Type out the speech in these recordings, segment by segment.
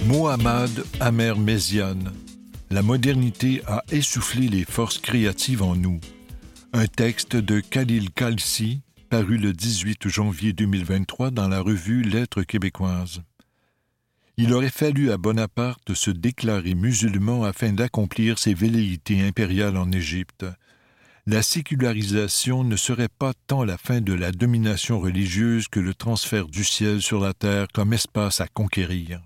Mohammad Amer Méziane. La modernité a essoufflé les forces créatives en nous. Un texte de Khalil Khalsi, paru le 18 janvier 2023 dans la revue Lettres québécoises. Il aurait fallu à Bonaparte se déclarer musulman afin d'accomplir ses velléités impériales en Égypte. La sécularisation ne serait pas tant la fin de la domination religieuse que le transfert du ciel sur la terre comme espace à conquérir.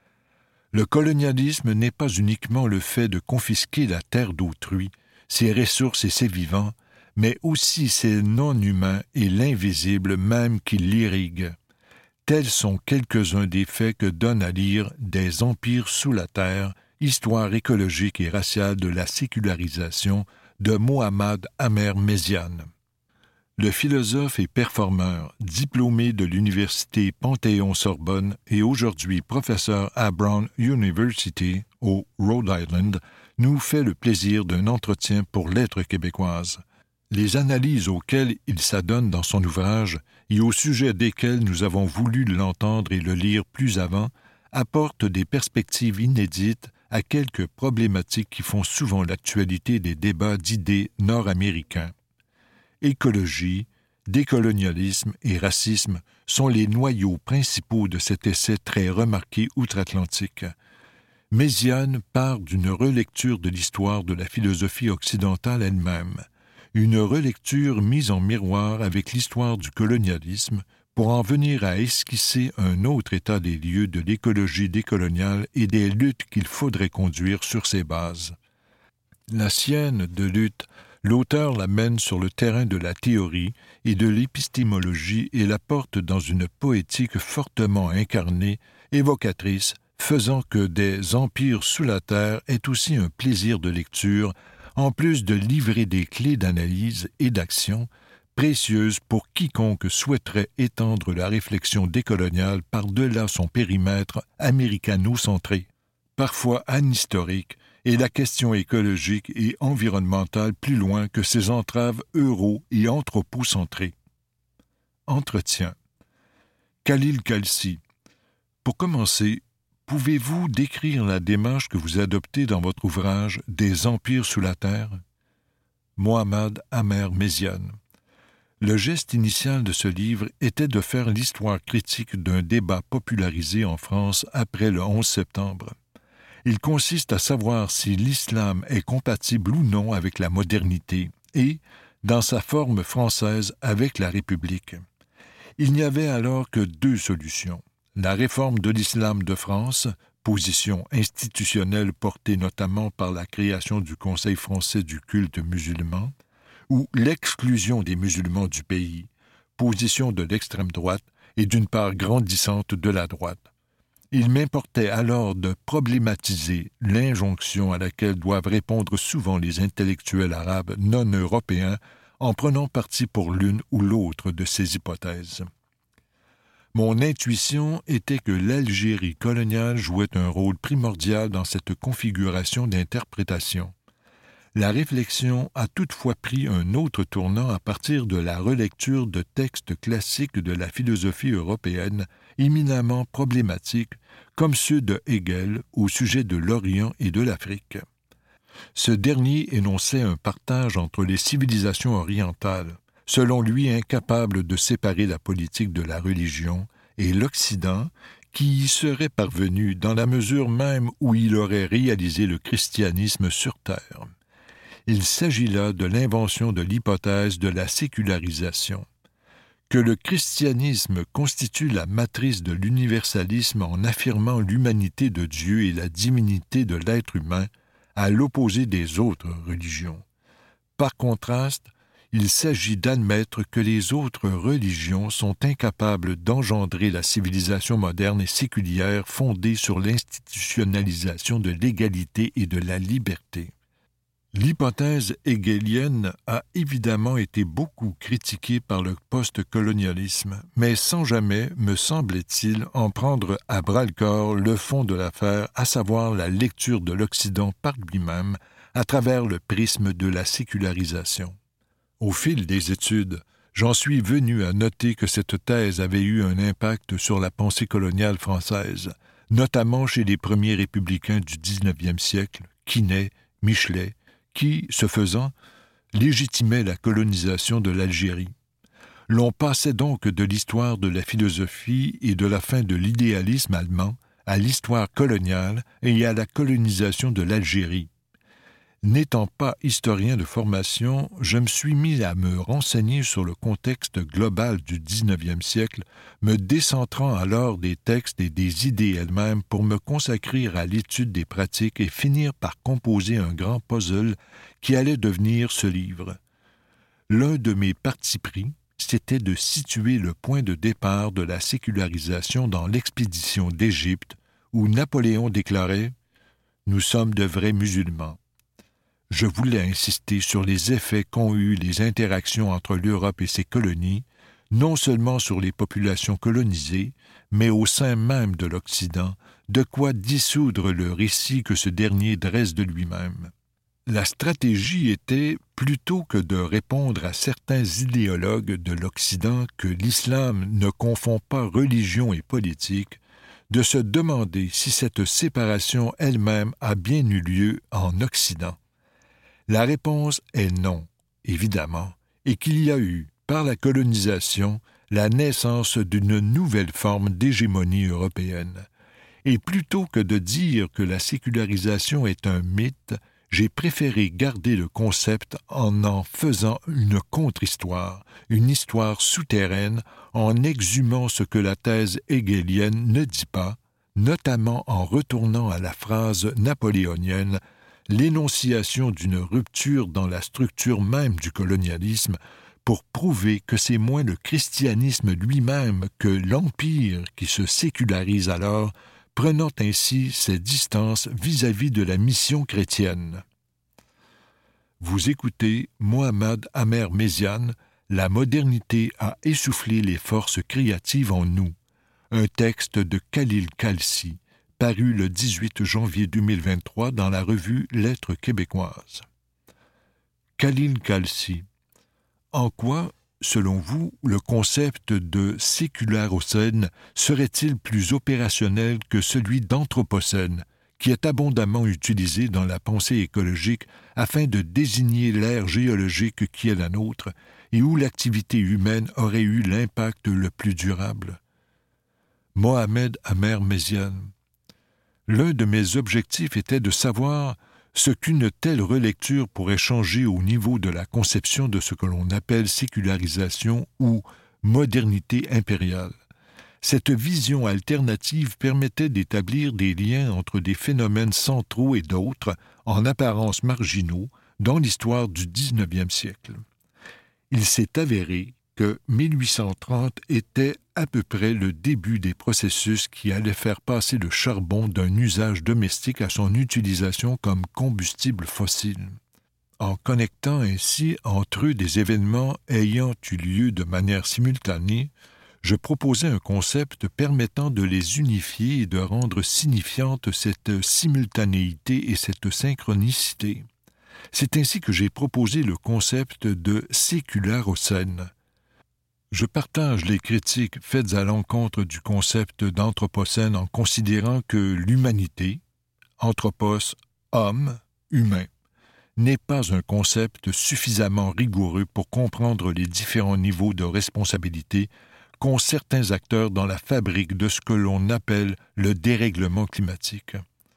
Le colonialisme n'est pas uniquement le fait de confisquer la terre d'autrui, ses ressources et ses vivants, mais aussi ses non-humains et l'invisible même qui l'irrigue. Tels sont quelques-uns des faits que donne à lire Des empires sous la terre, histoire écologique et raciale de la sécularisation de Mohammad Amer Méziane. Le philosophe et performeur, diplômé de l'université Panthéon-Sorbonne et aujourd'hui professeur à Brown University au Rhode Island, nous fait le plaisir d'un entretien pour Lettres québécoises. Les analyses auxquelles il s'adonne dans son ouvrage et au sujet desquelles nous avons voulu l'entendre et le lire plus avant apportent des perspectives inédites à quelques problématiques qui font souvent l'actualité des débats d'idées nord-américains. Écologie, décolonialisme et racisme sont les noyaux principaux de cet essai très remarqué outre-Atlantique. Méziane part d'une relecture de l'histoire de la philosophie occidentale elle-même, une relecture mise en miroir avec l'histoire du colonialisme pour en venir à esquisser un autre état des lieux de l'écologie décoloniale et des luttes qu'il faudrait conduire sur ses bases. La sienne de lutte, l'auteur la mène sur le terrain de la théorie et de l'épistémologie et la porte dans une poétique fortement incarnée, évocatrice, faisant que Des empires sous la terre est aussi un plaisir de lecture, en plus de livrer des clés d'analyse et d'action, précieuses pour quiconque souhaiterait étendre la réflexion décoloniale par-delà son périmètre américano-centré, parfois anhistorique, et la question écologique et environnementale plus loin que ses entraves euro- et anthropocentrées. Entretien. Khalil Khalsi. Pour commencer, pouvez-vous décrire la démarche que vous adoptez dans votre ouvrage « Des empires sous la terre » ? Mohammad Amer Méziane. Le geste initial de ce livre était de faire l'histoire critique d'un débat popularisé en France après le 11 septembre. Il consiste à savoir si l'islam est compatible ou non avec la modernité et, dans sa forme française, avec la République. Il n'y avait alors que deux solutions. La réforme de l'islam de France, position institutionnelle portée notamment par la création du Conseil français du culte musulman, ou l'exclusion des musulmans du pays, position de l'extrême droite et d'une part grandissante de la droite. Il m'importait alors de problématiser l'injonction à laquelle doivent répondre souvent les intellectuels arabes non européens en prenant parti pour l'une ou l'autre de ces hypothèses. Mon intuition était que l'Algérie coloniale jouait un rôle primordial dans cette configuration d'interprétation. La réflexion a toutefois pris un autre tournant à partir de la relecture de textes classiques de la philosophie européenne éminemment problématiques, comme ceux de Hegel au sujet de l'Orient et de l'Afrique. Ce dernier énonçait un partage entre les civilisations orientales, selon lui incapable de séparer la politique de la religion, et l'Occident, qui y serait parvenu dans la mesure même où il aurait réalisé le christianisme sur terre. Il s'agit là de l'invention de l'hypothèse de la sécularisation. Que le christianisme constitue la matrice de l'universalisme en affirmant l'humanité de Dieu et la divinité de l'être humain, à l'opposé des autres religions. Par contraste, il s'agit d'admettre que les autres religions sont incapables d'engendrer la civilisation moderne et séculière fondée sur l'institutionnalisation de l'égalité et de la liberté. L'hypothèse hegelienne a évidemment été beaucoup critiquée par le post-colonialisme, mais sans jamais, me semble-t-il, en prendre à bras-le-corps le fond de l'affaire, à savoir la lecture de l'Occident par lui-même à travers le prisme de la sécularisation. Au fil des études, j'en suis venu à noter que cette thèse avait eu un impact sur la pensée coloniale française, notamment chez les premiers républicains du 19e siècle, Quinet, Michelet, qui, ce faisant, légitimaient la colonisation de l'Algérie. L'on passait donc de l'histoire de la philosophie et de la fin de l'idéalisme allemand à l'histoire coloniale et à la colonisation de l'Algérie. N'étant pas historien de formation, je me suis mis à me renseigner sur le contexte global du 19e siècle, me décentrant alors des textes et des idées elles-mêmes pour me consacrer à l'étude des pratiques et finir par composer un grand puzzle qui allait devenir ce livre. L'un de mes partis pris, c'était de situer le point de départ de la sécularisation dans l'expédition d'Égypte, où Napoléon déclarait « Nous sommes de vrais musulmans ». Je voulais insister sur les effets qu'ont eus les interactions entre l'Europe et ses colonies, non seulement sur les populations colonisées, mais au sein même de l'Occident, de quoi dissoudre le récit que ce dernier dresse de lui-même. La stratégie était, plutôt que de répondre à certains idéologues de l'Occident que l'islam ne confond pas religion et politique, de se demander si cette séparation elle-même a bien eu lieu en Occident. La réponse est non, évidemment, et qu'il y a eu, par la colonisation, la naissance d'une nouvelle forme d'hégémonie européenne. Et plutôt que de dire que la sécularisation est un mythe, j'ai préféré garder le concept en faisant une contre-histoire, une histoire souterraine, en exhumant ce que la thèse hegelienne ne dit pas, notamment en retournant à la phrase napoléonienne l'énonciation d'une rupture dans la structure même du colonialisme pour prouver que c'est moins le christianisme lui-même que l'Empire qui se sécularise alors, prenant ainsi ses distances vis-à-vis de la mission chrétienne. Vous écoutez Mohamed Amer Méziane, La modernité a essoufflé les forces créatives en nous, un texte de Khalil Khalsi, paru le 18 janvier 2023 dans la revue Lettres québécoises. Khalil Khalsi. En quoi, selon vous, le concept de sécularocène serait-il plus opérationnel que celui d'anthropocène, qui est abondamment utilisé dans la pensée écologique afin de désigner l'ère géologique qui est la nôtre et où l'activité humaine aurait eu l'impact le plus durable? Mohamed Amer Méziane. L'un de mes objectifs était de savoir ce qu'une telle relecture pourrait changer au niveau de la conception de ce que l'on appelle sécularisation ou modernité impériale. Cette vision alternative permettait d'établir des liens entre des phénomènes centraux et d'autres, en apparence marginaux, dans l'histoire du 19e siècle. Il s'est avéré que 1830 était à peu près le début des processus qui allaient faire passer le charbon d'un usage domestique à son utilisation comme combustible fossile. En connectant ainsi entre eux des événements ayant eu lieu de manière simultanée, je proposais un concept permettant de les unifier et de rendre signifiante cette simultanéité et cette synchronicité. C'est ainsi que j'ai proposé le concept de sécularocène. Je partage les critiques faites à l'encontre du concept d'anthropocène en considérant que l'humanité, anthropos, homme, humain, n'est pas un concept suffisamment rigoureux pour comprendre les différents niveaux de responsabilité qu'ont certains acteurs dans la fabrique de ce que l'on appelle le dérèglement climatique.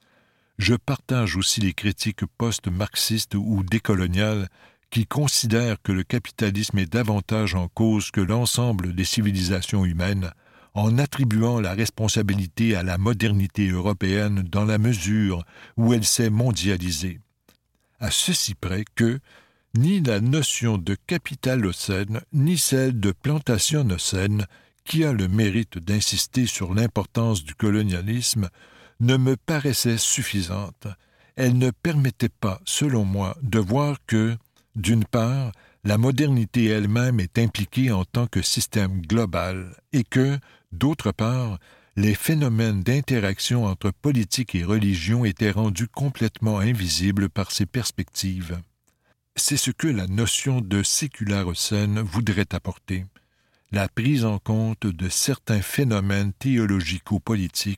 Je partage aussi les critiques post-marxistes ou décoloniales qui considèrent que le capitalisme est davantage en cause que l'ensemble des civilisations humaines, en attribuant la responsabilité à la modernité européenne dans la mesure où elle s'est mondialisée. À ceci près que ni la notion de capitalocène, ni celle de plantationocène, qui a le mérite d'insister sur l'importance du colonialisme, ne me paraissaient suffisantes. Elles ne permettaient pas, selon moi, de voir que, d'une part, la modernité elle-même est impliquée en tant que système global et que, d'autre part, les phénomènes d'interaction entre politique et religion étaient rendus complètement invisibles par ces perspectives. C'est ce que la notion de sécularocène voudrait apporter, la prise en compte de certains phénomènes théologico-politiques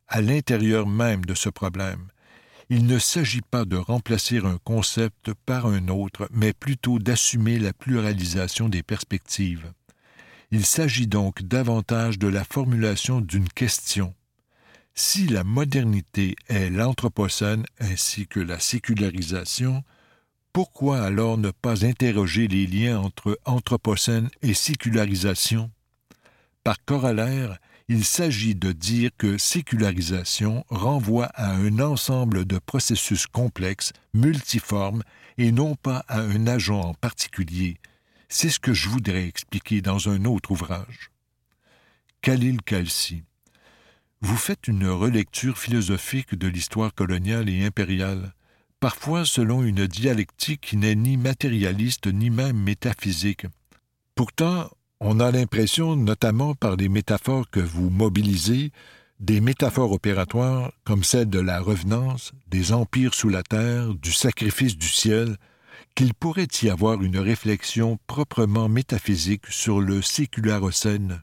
à l'intérieur même de ce problème. Il ne s'agit pas de remplacer un concept par un autre, mais plutôt d'assumer la pluralisation des perspectives. Il s'agit donc davantage de la formulation d'une question. Si la modernité est l'anthropocène ainsi que la sécularisation, pourquoi alors ne pas interroger les liens entre anthropocène et sécularisation? Par corollaire, il s'agit de dire que sécularisation renvoie à un ensemble de processus complexes, multiformes, et non pas à un agent en particulier. C'est ce que je voudrais expliquer dans un autre ouvrage. Khalil Khalsi. Vous faites une relecture philosophique de l'histoire coloniale et impériale, parfois selon une dialectique qui n'est ni matérialiste ni même métaphysique. Pourtant, on a l'impression, notamment par les métaphores que vous mobilisez, des métaphores opératoires comme celle de la revenance, des empires sous la terre, du sacrifice du ciel, qu'il pourrait y avoir une réflexion proprement métaphysique sur le sécularocène.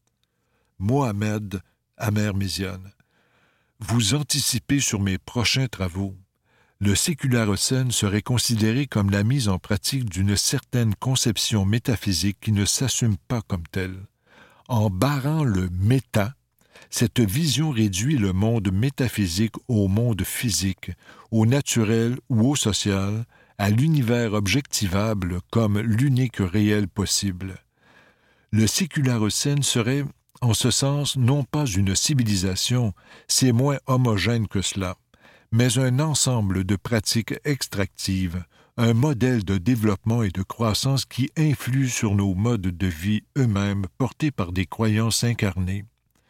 Mohamed Amer Méziane. Vous anticipez sur mes prochains travaux. Le sécularocène serait considéré comme la mise en pratique d'une certaine conception métaphysique qui ne s'assume pas comme telle. En barrant le méta, cette vision réduit le monde métaphysique au monde physique, au naturel ou au social, à l'univers objectivable comme l'unique réel possible. Le sécularocène serait, en ce sens, non pas une civilisation, c'est moins homogène que cela, mais un ensemble de pratiques extractives, un modèle de développement et de croissance qui influe sur nos modes de vie eux-mêmes portés par des croyances incarnées.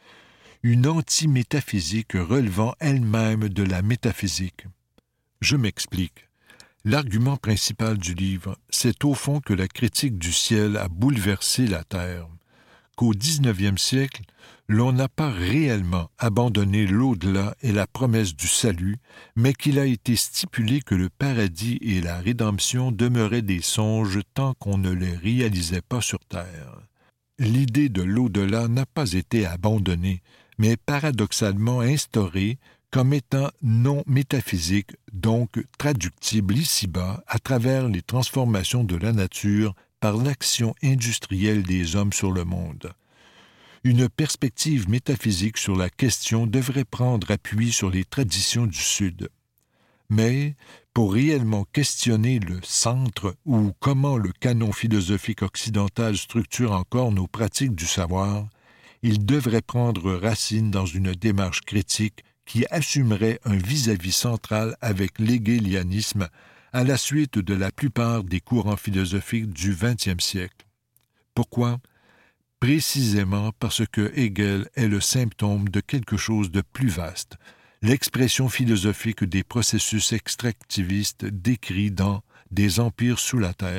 Une anti-métaphysique relevant elle-même de la métaphysique. Je m'explique. L'argument principal du livre, c'est au fond que la critique du ciel a bouleversé la terre, qu'au XIXe siècle, l'on n'a pas réellement abandonné l'au-delà et la promesse du salut, mais qu'il a été stipulé que le paradis et la rédemption demeuraient des songes tant qu'on ne les réalisait pas sur terre. L'idée de l'au-delà n'a pas été abandonnée, mais paradoxalement instaurée comme étant non métaphysique, donc traductible ici-bas à travers les transformations de la nature par l'action industrielle des hommes sur le monde. Une perspective métaphysique sur la question devrait prendre appui sur les traditions du Sud. Mais, pour réellement questionner le centre ou comment le canon philosophique occidental structure encore nos pratiques du savoir, il devrait prendre racine dans une démarche critique qui assumerait un vis-à-vis central avec l'hégélianisme à la suite de la plupart des courants philosophiques du XXe siècle. Pourquoi? Précisément parce que Hegel est le symptôme de quelque chose de plus vaste, l'expression philosophique des processus extractivistes décrits dans « Des empires sous la terre ».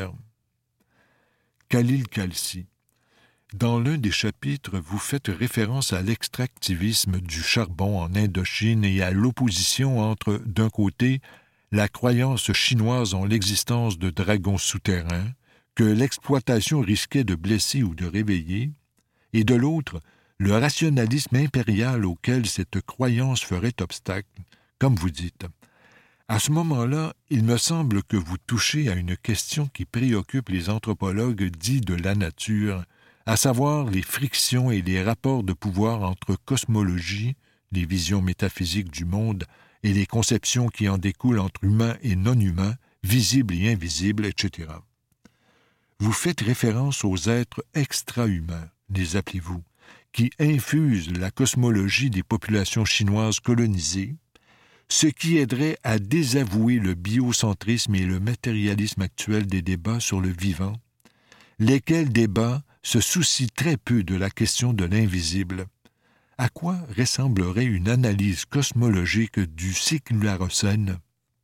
Khalil Khalsi. Dans l'un des chapitres, vous faites référence à l'extractivisme du charbon en Indochine et à l'opposition entre, d'un côté, la croyance chinoise en l'existence de dragons souterrains, que l'exploitation risquait de blesser ou de réveiller, et de l'autre, le rationalisme impérial auquel cette croyance ferait obstacle, comme vous dites. À ce moment-là, il me semble que vous touchez à une question qui préoccupe les anthropologues dits de la nature, à savoir les frictions et les rapports de pouvoir entre cosmologie, les visions métaphysiques du monde, et les conceptions qui en découlent entre humains et non-humains, visibles et invisibles, etc. Vous faites référence aux êtres extra-humains, les appelez-vous, qui infusent la cosmologie des populations chinoises colonisées, ce qui aiderait à désavouer le biocentrisme et le matérialisme actuel des débats sur le vivant, lesquels débats se soucient très peu de la question de l'invisible. À quoi ressemblerait une analyse cosmologique du sécularocène?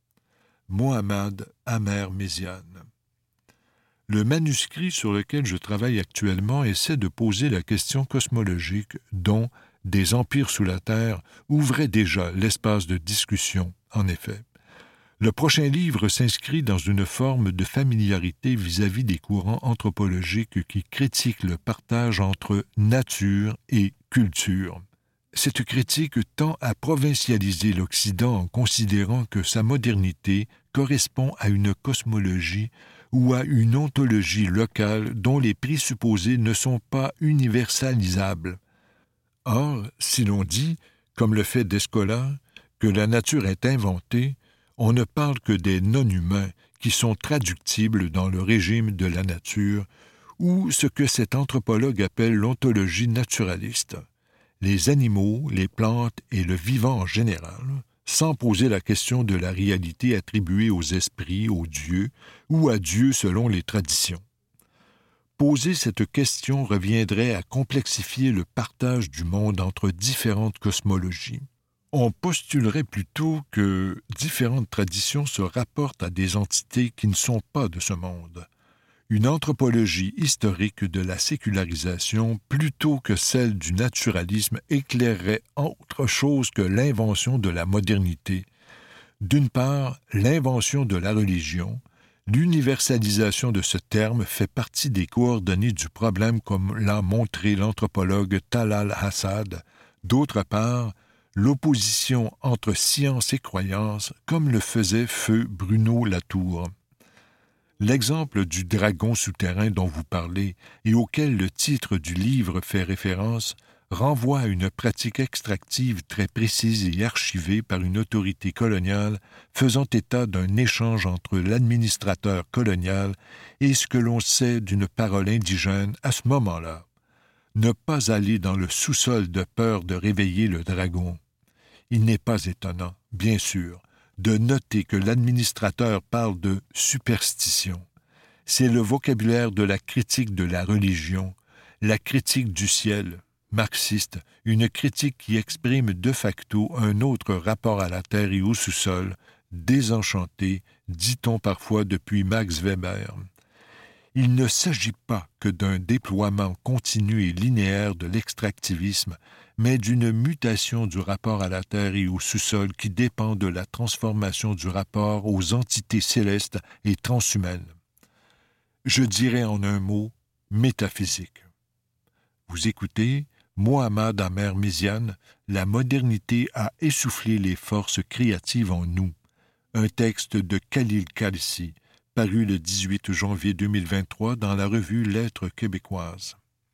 Mohamed Amer Méziane. Le manuscrit sur lequel je travaille actuellement essaie de poser la question cosmologique dont Des empires sous la terre ouvrait déjà l'espace de discussion, en effet. Le prochain livre s'inscrit dans une forme de familiarité vis-à-vis des courants anthropologiques qui critiquent le partage entre nature et culture. Cette critique tend à provincialiser l'Occident en considérant que sa modernité correspond à une cosmologie ou à une ontologie locale dont les présupposés ne sont pas universalisables. Or, si l'on dit, comme le fait Descola, que la nature est inventée, on ne parle que des non-humains qui sont traductibles dans le régime de la nature ou ce que cet anthropologue appelle l'ontologie naturaliste. Les animaux, les plantes et le vivant en général, sans poser la question de la réalité attribuée aux esprits, aux dieux ou à Dieu selon les traditions. Poser cette question reviendrait à complexifier le partage du monde entre différentes cosmologies. On postulerait plutôt que différentes traditions se rapportent à des entités qui ne sont pas de ce monde. Une anthropologie historique de la sécularisation plutôt que celle du naturalisme éclairerait autre chose que l'invention de la modernité. D'une part, l'invention de la religion. L'universalisation de ce terme fait partie des coordonnées du problème comme l'a montré l'anthropologue Talal Hassad. D'autre part, l'opposition entre science et croyance, comme le faisait feu Bruno Latour. L'exemple du dragon souterrain dont vous parlez et auquel le titre du livre fait référence renvoie à une pratique extractive très précise et archivée par une autorité coloniale faisant état d'un échange entre l'administrateur colonial et ce que l'on sait d'une parole indigène à ce moment-là. Ne pas aller dans le sous-sol de peur de réveiller le dragon. Il n'est pas étonnant, bien sûr, de noter que l'administrateur parle de superstition. C'est le vocabulaire de la critique de la religion, la critique du ciel, marxiste, une critique qui exprime de facto un autre rapport à la terre et au sous-sol, désenchanté, dit-on parfois depuis Max Weber. Il ne s'agit pas que d'un déploiement continu et linéaire de l'extractivisme, mais d'une mutation du rapport à la terre et au sous-sol qui dépend de la transformation du rapport aux entités célestes et transhumaines. Je dirais en un mot, métaphysique. Vous écoutez Mohammad Amer Méziane, La modernité a essoufflé les forces créatives en nous, un texte de Khalil Khalsi, paru le 18 janvier 2023 dans la revue Lettres québécoises.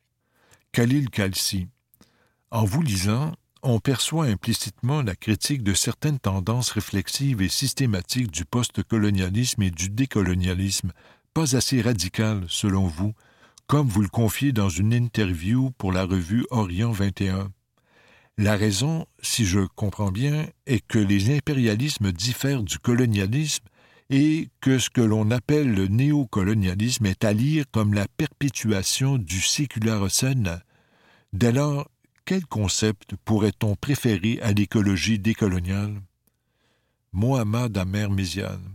Khalil Khalsi. En vous lisant, on perçoit implicitement la critique de certaines tendances réflexives et systématiques du post-colonialisme et du décolonialisme, pas assez radicales, selon vous, comme vous le confiez dans une interview pour la revue Orient 21. La raison, si je comprends bien, est que les impérialismes diffèrent du colonialisme et que ce que l'on appelle le néocolonialisme est à lire comme la perpétuation du sécularocène. Dès lors, quel concept pourrait-on préférer à l'écologie décoloniale? Mohammad Amer Méziane.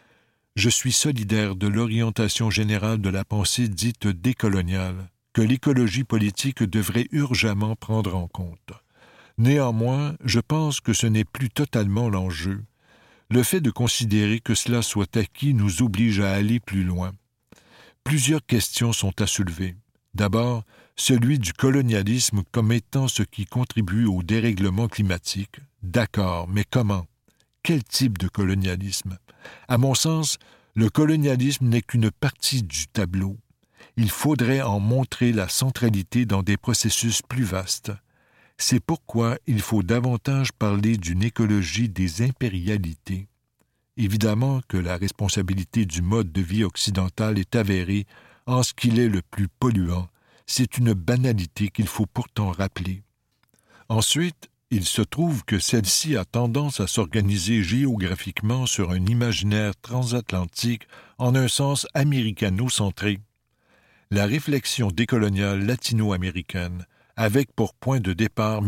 Je suis solidaire de l'orientation générale de la pensée dite décoloniale, que l'écologie politique devrait urgemment prendre en compte. Néanmoins, je pense que ce n'est plus totalement l'enjeu. Le fait de considérer que cela soit acquis nous oblige à aller plus loin. Plusieurs questions sont à soulever. D'abord, celui du colonialisme comme étant ce qui contribue au dérèglement climatique. D'accord, mais comment? Quel type de colonialisme? À mon sens, le colonialisme n'est qu'une partie du tableau. Il faudrait en montrer la centralité dans des processus plus vastes. C'est pourquoi il faut davantage parler d'une écologie des impérialités. Évidemment que la responsabilité du mode de vie occidental est avérée en ce qu'il est le plus polluant. C'est une banalité qu'il faut pourtant rappeler. Ensuite, il se trouve que celle-ci a tendance à s'organiser géographiquement sur un imaginaire transatlantique en un sens américano-centré. La réflexion décoloniale latino-américaine, avec pour point de départ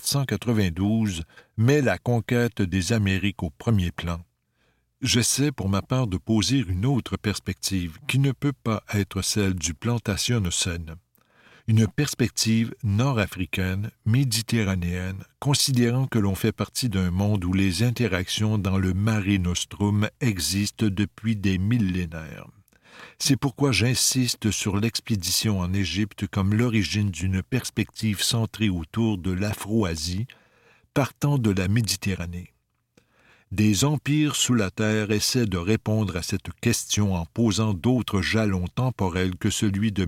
1492, met la conquête des Amériques au premier plan. J'essaie pour ma part de poser une autre perspective qui ne peut pas être celle du Plantationocène. Une perspective nord-africaine, méditerranéenne, considérant que l'on fait partie d'un monde où les interactions dans le Mare Nostrum existent depuis des millénaires. C'est pourquoi j'insiste sur l'expédition en Égypte comme l'origine d'une perspective centrée autour de l'Afro-Asie, partant de la Méditerranée. Des empires sous la terre essaient de répondre à cette question en posant d'autres jalons temporels que celui de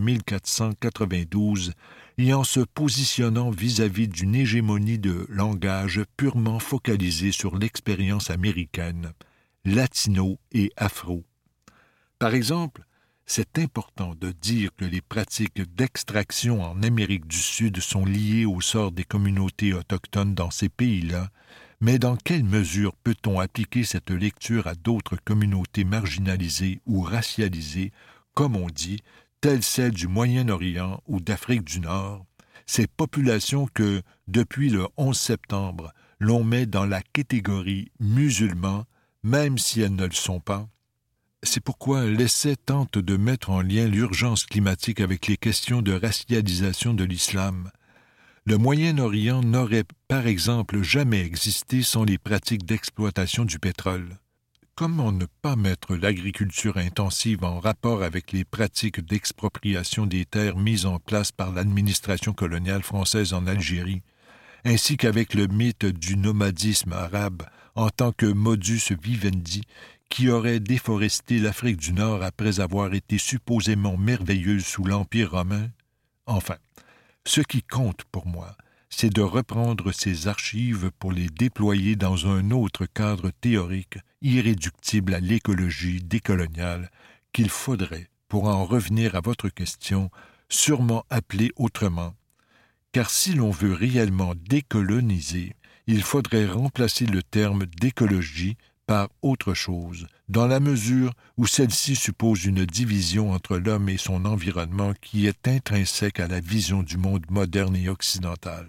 1492 et en se positionnant vis-à-vis d'une hégémonie de langage purement focalisée sur l'expérience américaine, latino et afro. Par exemple, c'est important de dire que les pratiques d'extraction en Amérique du Sud sont liées au sort des communautés autochtones dans ces pays-là, mais dans quelle mesure peut-on appliquer cette lecture à d'autres communautés marginalisées ou racialisées, comme on dit, telles celles du Moyen-Orient ou d'Afrique du Nord, ces populations que, depuis le 11 septembre, l'on met dans la catégorie musulmans, même si elles ne le sont pas? C'est pourquoi l'essai tente de mettre en lien l'urgence climatique avec les questions de racialisation de l'islam. Le Moyen-Orient n'aurait, par exemple, jamais existé sans les pratiques d'exploitation du pétrole. Comment ne pas mettre l'agriculture intensive en rapport avec les pratiques d'expropriation des terres mises en place par l'administration coloniale française en Algérie, ainsi qu'avec le mythe du nomadisme arabe en tant que modus vivendi qui aurait déforesté l'Afrique du Nord après avoir été supposément merveilleuse sous l'Empire romain? Enfin, ce qui compte pour moi, c'est de reprendre ces archives pour les déployer dans un autre cadre théorique irréductible à l'écologie décoloniale qu'il faudrait, pour en revenir à votre question, sûrement appeler autrement. Car si l'on veut réellement décoloniser, il faudrait remplacer le terme d'écologie par autre chose, dans la mesure où celle-ci suppose une division entre l'homme et son environnement qui est intrinsèque à la vision du monde moderne et occidental.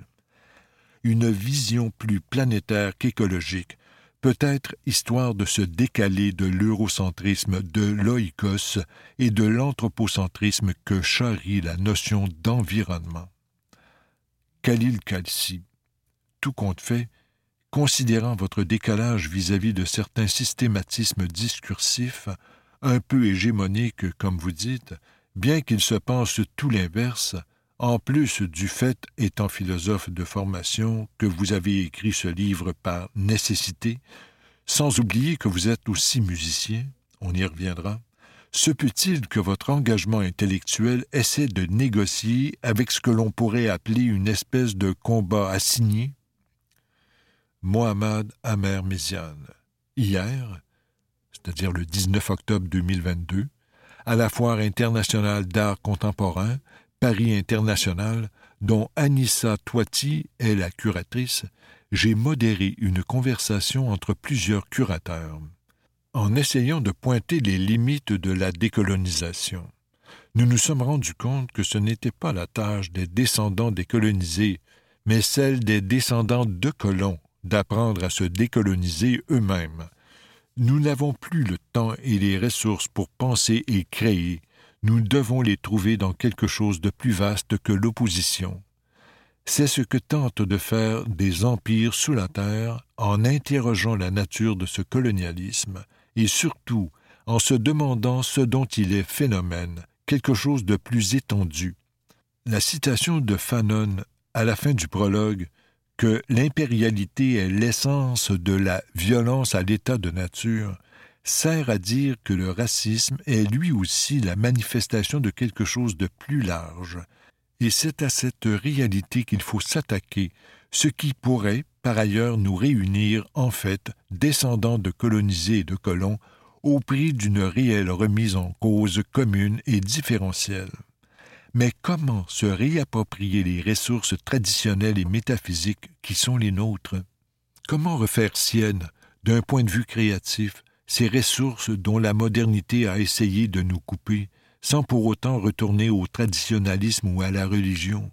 Une vision plus planétaire qu'écologique, peut-être histoire de se décaler de l'eurocentrisme de l'oikos et de l'anthropocentrisme que charrie la notion d'environnement. Khalil Khalsi, tout compte fait, considérant votre décalage vis-à-vis de certains systématismes discursifs, un peu hégémoniques, comme vous dites, bien qu'il se pense tout l'inverse, en plus du fait, étant philosophe de formation, que vous avez écrit ce livre par nécessité, sans oublier que vous êtes aussi musicien, on y reviendra, se peut-il que votre engagement intellectuel essaie de négocier avec ce que l'on pourrait appeler une espèce de combat assigné? Mohamed Amer Méziane. Hier, c'est-à-dire le 19 octobre 2022, à la Foire internationale d'art contemporain, Paris International, dont Anissa Touati est la curatrice, j'ai modéré une conversation entre plusieurs curateurs, en essayant de pointer les limites de la décolonisation. Nous nous sommes rendus compte que ce n'était pas la tâche des descendants des colonisés, mais celle des descendants de colons, d'apprendre à se décoloniser eux-mêmes. Nous n'avons plus le temps et les ressources pour penser et créer. Nous devons les trouver dans quelque chose de plus vaste que l'opposition. C'est ce que tentent de faire des empires sous la terre en interrogeant la nature de ce colonialisme et surtout en se demandant ce dont il est phénomène, quelque chose de plus étendu. La citation de Fanon à la fin du prologue que l'impérialité est l'essence de la violence à l'état de nature, sert à dire que le racisme est lui aussi la manifestation de quelque chose de plus large. Et c'est à cette réalité qu'il faut s'attaquer, ce qui pourrait, par ailleurs, nous réunir, en fait, descendants de colonisés et de colons, au prix d'une réelle remise en cause commune et différentielle. Mais comment se réapproprier les ressources traditionnelles et métaphysiques qui sont les nôtres? Comment refaire siennes, d'un point de vue créatif, ces ressources dont la modernité a essayé de nous couper, sans pour autant retourner au traditionnalisme ou à la religion?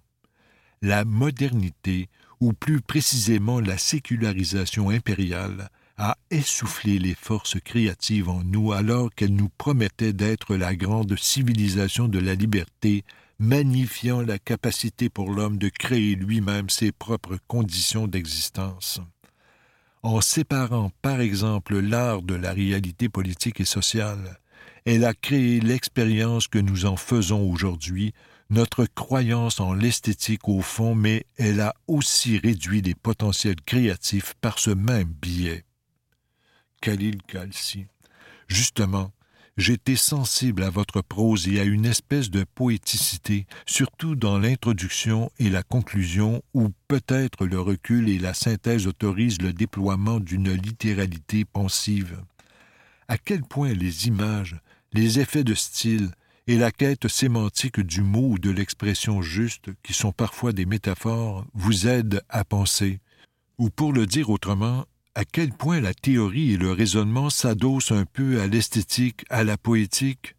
La modernité, ou plus précisément la sécularisation impériale, a essoufflé les forces créatives en nous alors qu'elle nous promettait d'être la grande civilisation de la liberté, magnifiant la capacité pour l'homme de créer lui-même ses propres conditions d'existence. En séparant, par exemple, l'art de la réalité politique et sociale, Elle a créé l'expérience que nous en faisons aujourd'hui, notre croyance en l'esthétique au fond, mais elle a aussi réduit les potentiels créatifs par ce même biais. Khalil Khalsi. Justement, j'étais sensible à votre prose et à une espèce de poéticité, surtout dans l'introduction et la conclusion, où peut-être le recul et la synthèse autorisent le déploiement d'une littéralité pensive. À quel point les images, les effets de style et la quête sémantique du mot ou de l'expression juste, qui sont parfois des métaphores, vous aident à penser. Ou pour le dire autrement, à quel point la théorie et le raisonnement s'adossent un peu à l'esthétique, à la poétique?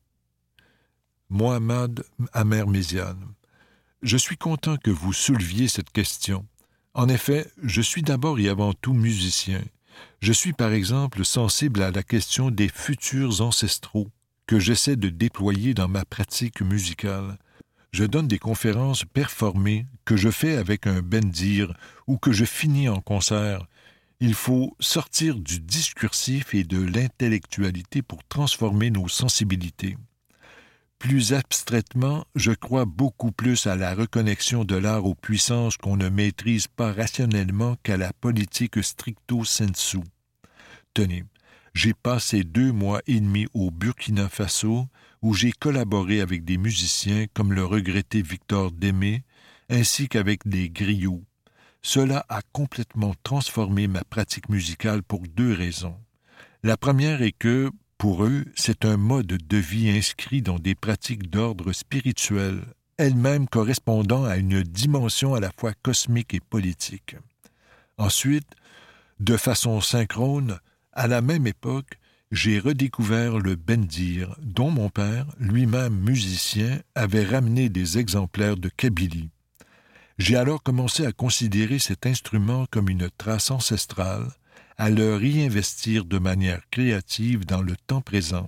Mohammad Amer Méziane. Je suis content que vous souleviez cette question. En effet, je suis d'abord et avant tout musicien. Je suis par exemple sensible à la question des futurs ancestraux que j'essaie de déployer dans ma pratique musicale. Je donne des conférences performées que je fais avec un bendir ou que je finis en concert. Il faut sortir du discursif et de l'intellectualité pour transformer nos sensibilités. Plus abstraitement, je crois beaucoup plus à la reconnexion de l'art aux puissances qu'on ne maîtrise pas rationnellement qu'à la politique stricto sensu. Tenez, j'ai passé 2 mois et demi au Burkina Faso où j'ai collaboré avec des musiciens comme le regretté Victor Démé ainsi qu'avec des griots. Cela a complètement transformé ma pratique musicale pour 2 raisons. La première est que, pour eux, c'est un mode de vie inscrit dans des pratiques d'ordre spirituel, elles-mêmes correspondant à une dimension à la fois cosmique et politique. Ensuite, de façon synchrone, à la même époque, j'ai redécouvert le bendir, dont mon père, lui-même musicien, avait ramené des exemplaires de Kabylie. J'ai alors commencé à considérer cet instrument comme une trace ancestrale, à le réinvestir de manière créative dans le temps présent.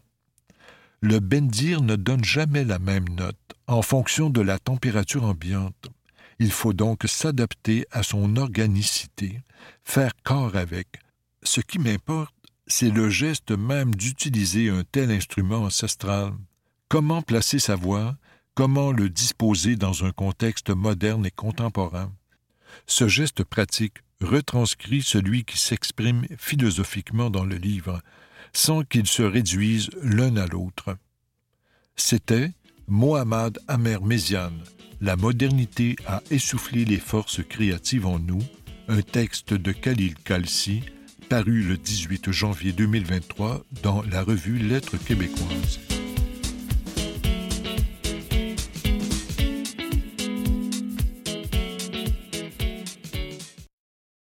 Le bendir ne donne jamais la même note, en fonction de la température ambiante. Il faut donc s'adapter à son organicité, faire corps avec. Ce qui m'importe, c'est le geste même d'utiliser un tel instrument ancestral. Comment placer sa voix, comment le disposer dans un contexte moderne et contemporain. Ce geste pratique retranscrit celui qui s'exprime philosophiquement dans le livre, sans qu'ils se réduisent l'un à l'autre. C'était Mohammad Amer Méziane, La modernité a essoufflé les forces créatives en nous, un texte de Khalil Khalsi, paru le 18 janvier 2023 dans la revue Lettres québécoises.